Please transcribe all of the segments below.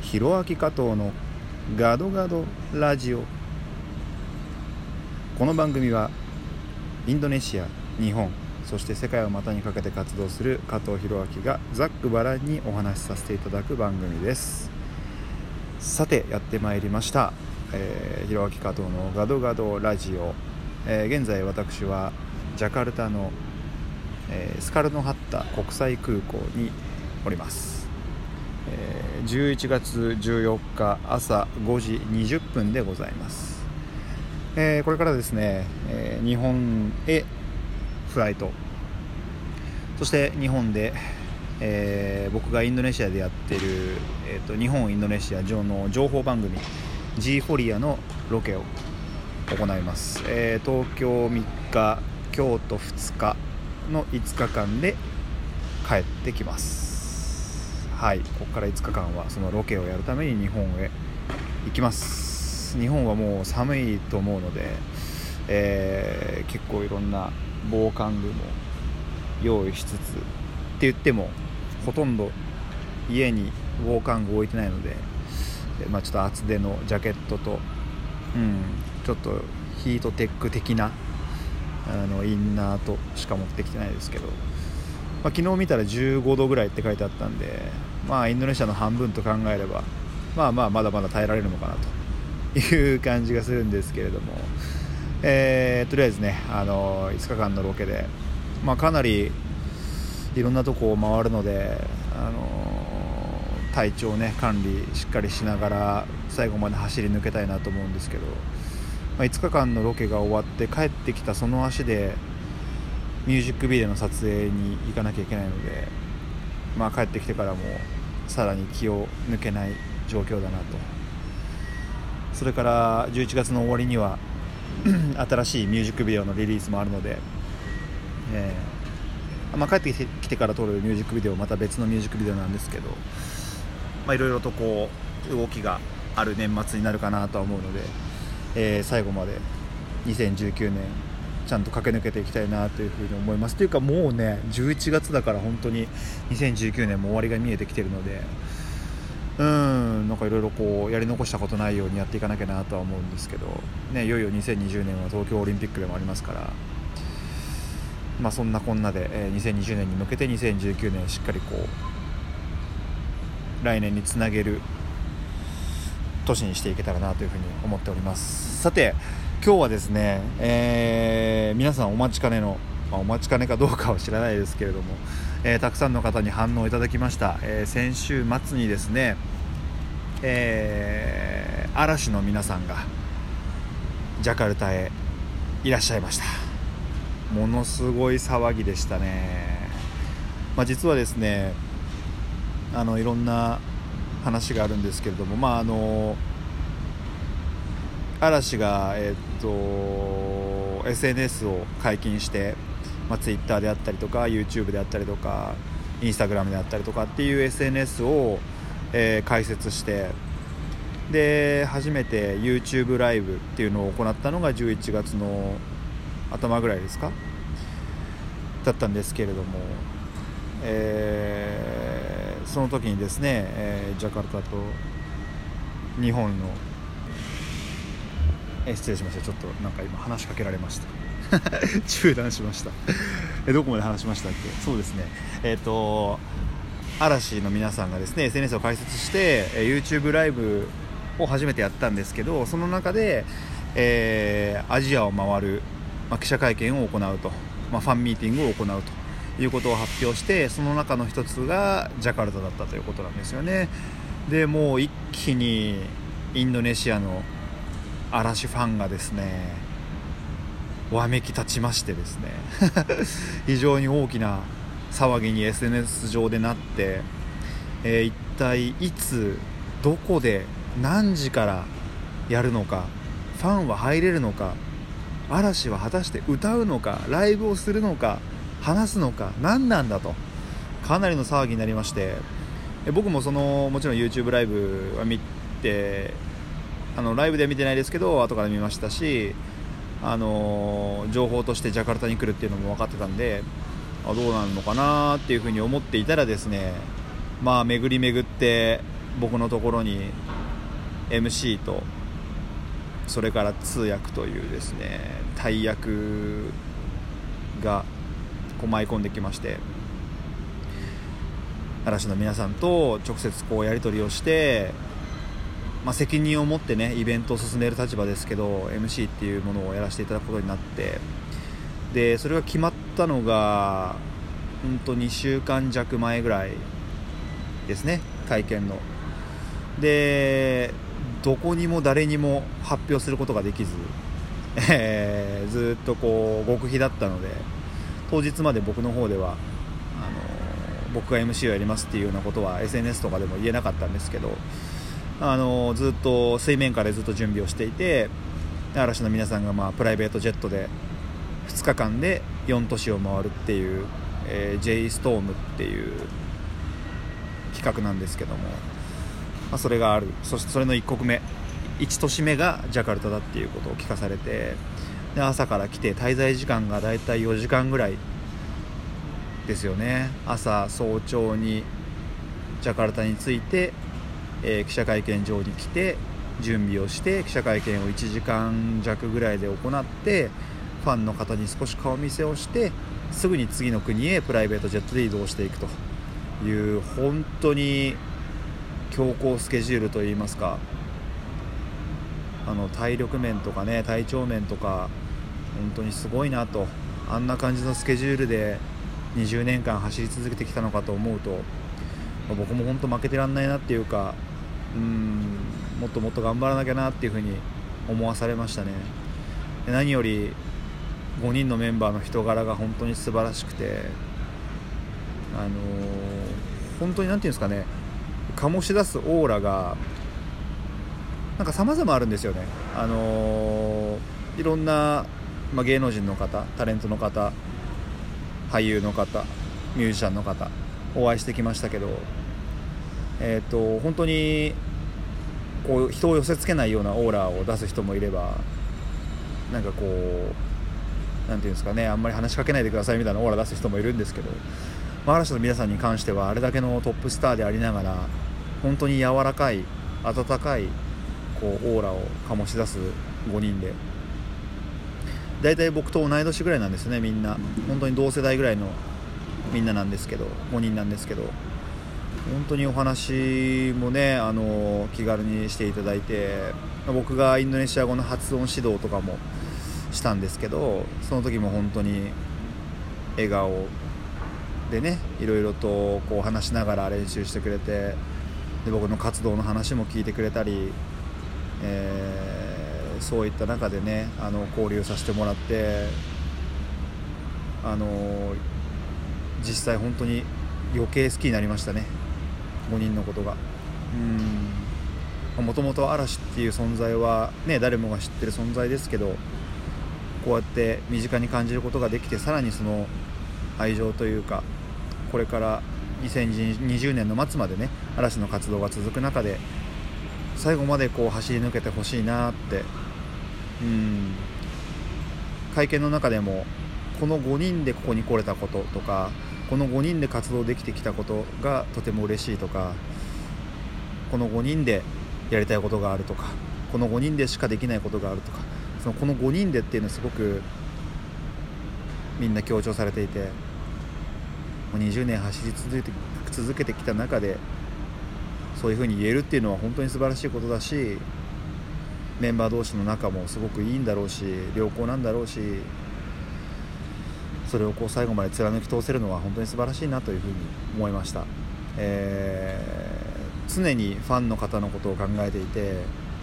ひろあき加藤のガドガドラジオ。この番組はインドネシア、日本、そして世界を股にかけて活動する加藤弘明がざっくばらんにお話しさせていただく番組です。さてやってまいりました、弘明加藤のガドガドラジオ。現在私はジャカルタの、スカルノハッタ国際空港におります。11月14日朝5時20分でございます。これからですね、日本へフライト、そして日本で、僕がインドネシアでやっている、日本インドネシア上の情報番組 G フォリアのロケを行います。東京3日京都2日の5日間で帰ってきます。はい、ここから5日間はそのロケをやるために日本へ行きます。日本はもう寒いと思うので、結構いろんな防寒具も用意しつつって言ってもほとんど家に防寒具置いてないので、ちょっと厚手のジャケットと、ちょっとヒートテック的なインナーとしか持ってきてないですけど、昨日見たら15度ぐらいって書いてあったんで、インドネシアの半分と考えればまだまだ耐えられるのかなという感じがするんですけれども、とりあえずね、5日間のロケで、かなりいろんなとこを回るので、体調ね管理しっかりしながら最後まで走り抜けたいなと思うんですけど、5日間のロケが終わって帰ってきたその足でミュージックビデオの撮影に行かなきゃいけないので、帰ってきてからもさらに気を抜けない状況だなと。それから11月の終わりには新しいミュージックビデオのリリースもあるので、帰ってきてから撮るミュージックビデオまた別のミュージックビデオなんですけど、いろいろとこう動きがある年末になるかなとは思うので、最後まで2019年ちゃんと駆け抜けていきたいなというふうに思います。というかもうね11月だから本当に2019年も終わりが見えてきているので、なんかいろいろこうやり残したことないようにやっていかなきゃなとは思うんですけどね。いよいよ2020年は東京オリンピックでもありますから、そんなこんなで、2020年に向けて2019年しっかりこう来年につなげる年にしていけたらなというふうに思っております。さて今日はですね、皆さんお待ちかねの、お待ちかねかどうかは知らないですけれども、たくさんの方に反応いただきました。先週末にですね、嵐の皆さんがジャカルタへいらっしゃいました。ものすごい騒ぎでしたね。実はですね、いろんな話があるんですけれども、嵐が、SNS を解禁して、Twitter であったりとか YouTube であったりとか Instagram であったりとかっていう SNS を、開設して、で初めて YouTube ライブっていうのを行ったのが11月の頭ぐらいですかだったんですけれども、その時にですね、ジャカルタと日本の失礼しました。ちょっとなんか今話しかけられました中断しましたどこまで話しましたっけ。そうですね、嵐の皆さんがですね SNS を開設して、YouTube ライブを初めてやったんですけど、その中で、アジアを回る、記者会見を行うと、ファンミーティングを行うということを発表して、その中の一つがジャカルタだったということなんですよね。でもう一気にインドネシアの嵐ファンがですねわめき立ちましてですね非常に大きな騒ぎに SNS 上でなって、一体いつどこで何時からやるのか、ファンは入れるのか、嵐は果たして歌うのか、ライブをするのか、話すのか、何なんだとかなりの騒ぎになりまして、僕ももちろん YouTube ライブは見て、ライブでは見てないですけど後から見ましたし、情報としてジャカルタに来るっていうのも分かってたんで、どうなるのかなっていうふうに思っていたらですね、巡り巡って僕のところに MC とそれから通訳というですね大役がこう舞い込んできまして、嵐の皆さんと直接こうやり取りをして、責任を持ってねイベントを進める立場ですけど MC っていうものをやらせていただくことになって、でそれが決まったのが2週間弱前ぐらいですね、会見の。でどこにも誰にも発表することができず、ずっとこう極秘だったので、当日まで僕の方では僕が MC をやりますっていうようなことは SNS とかでも言えなかったんですけど、ずっと水面下でずっと準備をしていて、嵐の皆さんがプライベートジェットで2日間で4都市を回るっていう、J ストームっていう企画なんですけども、それがある。そしてそれの1都市目がジャカルタだっていうことを聞かされて、で朝から来て滞在時間がだいたい4時間ぐらいですよね。朝早朝にジャカルタに着いて、記者会見場に来て準備をして記者会見を1時間弱ぐらいで行って、ファンの方に少し顔見せをしてすぐに次の国へプライベートジェットで移動していくという本当に強行スケジュールといいますか、体力面とかね体調面とか本当にすごいなと、あんな感じのスケジュールで20年間走り続けてきたのかと思うと、僕も本当負けてらんないなっていうか、もっともっと頑張らなきゃなっていうふうに思わされましたね。で何より5人のメンバーの人柄が本当に素晴らしくて、本当になんていうんですかね、醸し出すオーラがなんか様々あるんですよね。いろんな、芸能人の方、タレントの方、俳優の方、ミュージシャンの方お会いしてきましたけど、本当にこう人を寄せつけないようなオーラを出す人もいれば、なんかこうなんていうんですかね、あんまり話しかけないでくださいみたいなオーラ出す人もいるんですけど、嵐の皆さんに関してはあれだけのトップスターでありながら本当に柔らかい温かいこうオーラを醸し出す5人で、だいたい僕と同い年ぐらいなんですね。みんな本当に同世代ぐらいのみんななんですけど、5人なんですけど、本当にお話もね気軽にしていただいて、僕がインドネシア語の発音指導とかもしたんですけど、その時も本当に笑顔でねいろいろとこう話しながら練習してくれて、で僕の活動の話も聞いてくれたり、そういった中でね交流させてもらって、実際本当に余計好きになりましたね、5人のことが。もともと嵐っていう存在はね誰もが知ってる存在ですけど、こうやって身近に感じることができて、さらにその愛情というか、これから2020年の末までね嵐の活動が続く中で最後までこう走り抜けてほしいなって。会見の中でもこの5人でここに来れたこととか、この5人で活動できてきたことがとても嬉しいとか、この5人でやりたいことがあるとか、この5人でしかできないことがあるとか、この5人でっていうのはすごくみんな強調されていて、もう20年走り続けてきた中でそういう風に言えるっていうのは本当に素晴らしいことだし、メンバー同士の仲もすごくいいんだろうし良好なんだろうし、それをこう最後まで貫き通せるのは本当に素晴らしいなというふうに思いました。常にファンの方のことを考えていて、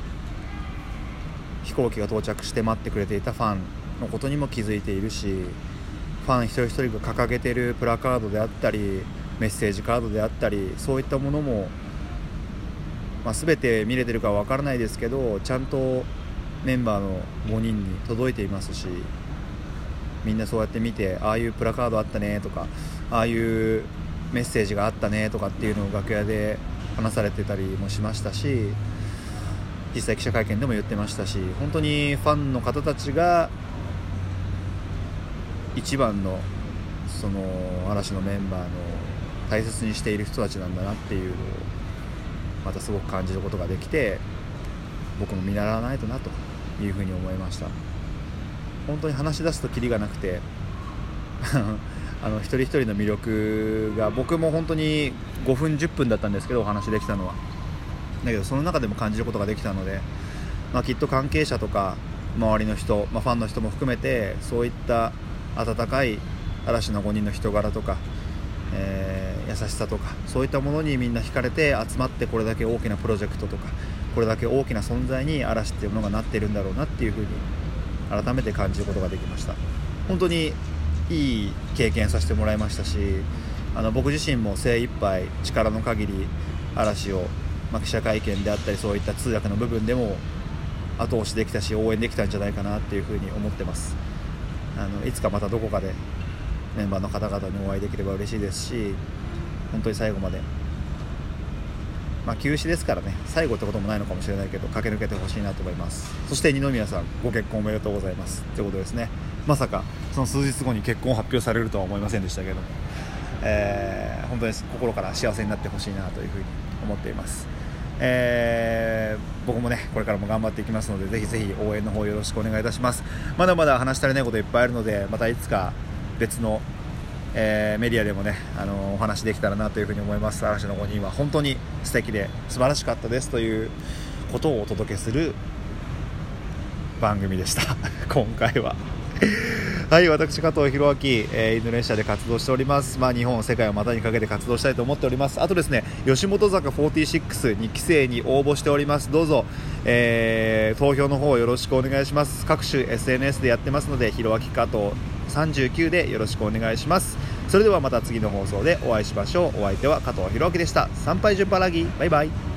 飛行機が到着して待ってくれていたファンのことにも気づいているし、ファン一人一人が掲げているプラカードであったりメッセージカードであったり、そういったものも、全て見れてるかは分からないですけど、ちゃんとメンバーの5人に届いていますし、みんなそうやって見て、ああいうプラカードあったねとか、ああいうメッセージがあったねとかっていうのを楽屋で話されてたりもしましたし、実際記者会見でも言ってましたし、本当にファンの方たちが一番のその嵐のメンバーの大切にしている人たちなんだなっていうのをまたすごく感じることができて、僕も見習わないとなというふうに思いました。本当に話し出すとキリがなくて一人一人の魅力が、僕も本当に5分10分だったんですけどお話できたのは、だけどその中でも感じることができたので、きっと関係者とか周りの人、ファンの人も含めて、そういった温かい嵐の5人の人柄とか、優しさとか、そういったものにみんな惹かれて集まって、これだけ大きなプロジェクトとか、これだけ大きな存在に嵐っていうものがなっているんだろうなっていうふうに改めて感じることができました。本当にいい経験させてもらいましたし、僕自身も精一杯力の限り嵐を、記者会見であったり、そういった通訳の部分でも後押しできたし、応援できたんじゃないかなっていうふうに思ってます。いつかまたどこかでメンバーの方々にお会いできれば嬉しいですし、本当に最後まで、休止ですからね、最後ってこともないのかもしれないけど、駆け抜けてほしいなと思います。そして二宮さん、ご結婚おめでとうございますということですね。まさかその数日後に結婚を発表されるとは思いませんでしたけども、本当に心から幸せになってほしいなというふうに思っています。僕もねこれからも頑張っていきますので、ぜひぜひ応援の方よろしくお願いいたします。まだまだ話し足りないこといっぱいあるので、またいつか別の、メディアでもねお話できたらなというふうに思います。嵐の5人は本当に素敵で素晴らしかったですということをお届けする番組でした今回ははい、私加藤弘明、インドネシアで活動しております。日本世界を股にかけて活動したいと思っております。あとですね、吉本坂462期生に応募しております。どうぞ、投票の方よろしくお願いします。各種 SNS でやってますので、弘明加藤39でよろしくお願いします。それではまた次の放送でお会いしましょう。お相手は加藤弘明でした。参拝順パラギ、バイバイ。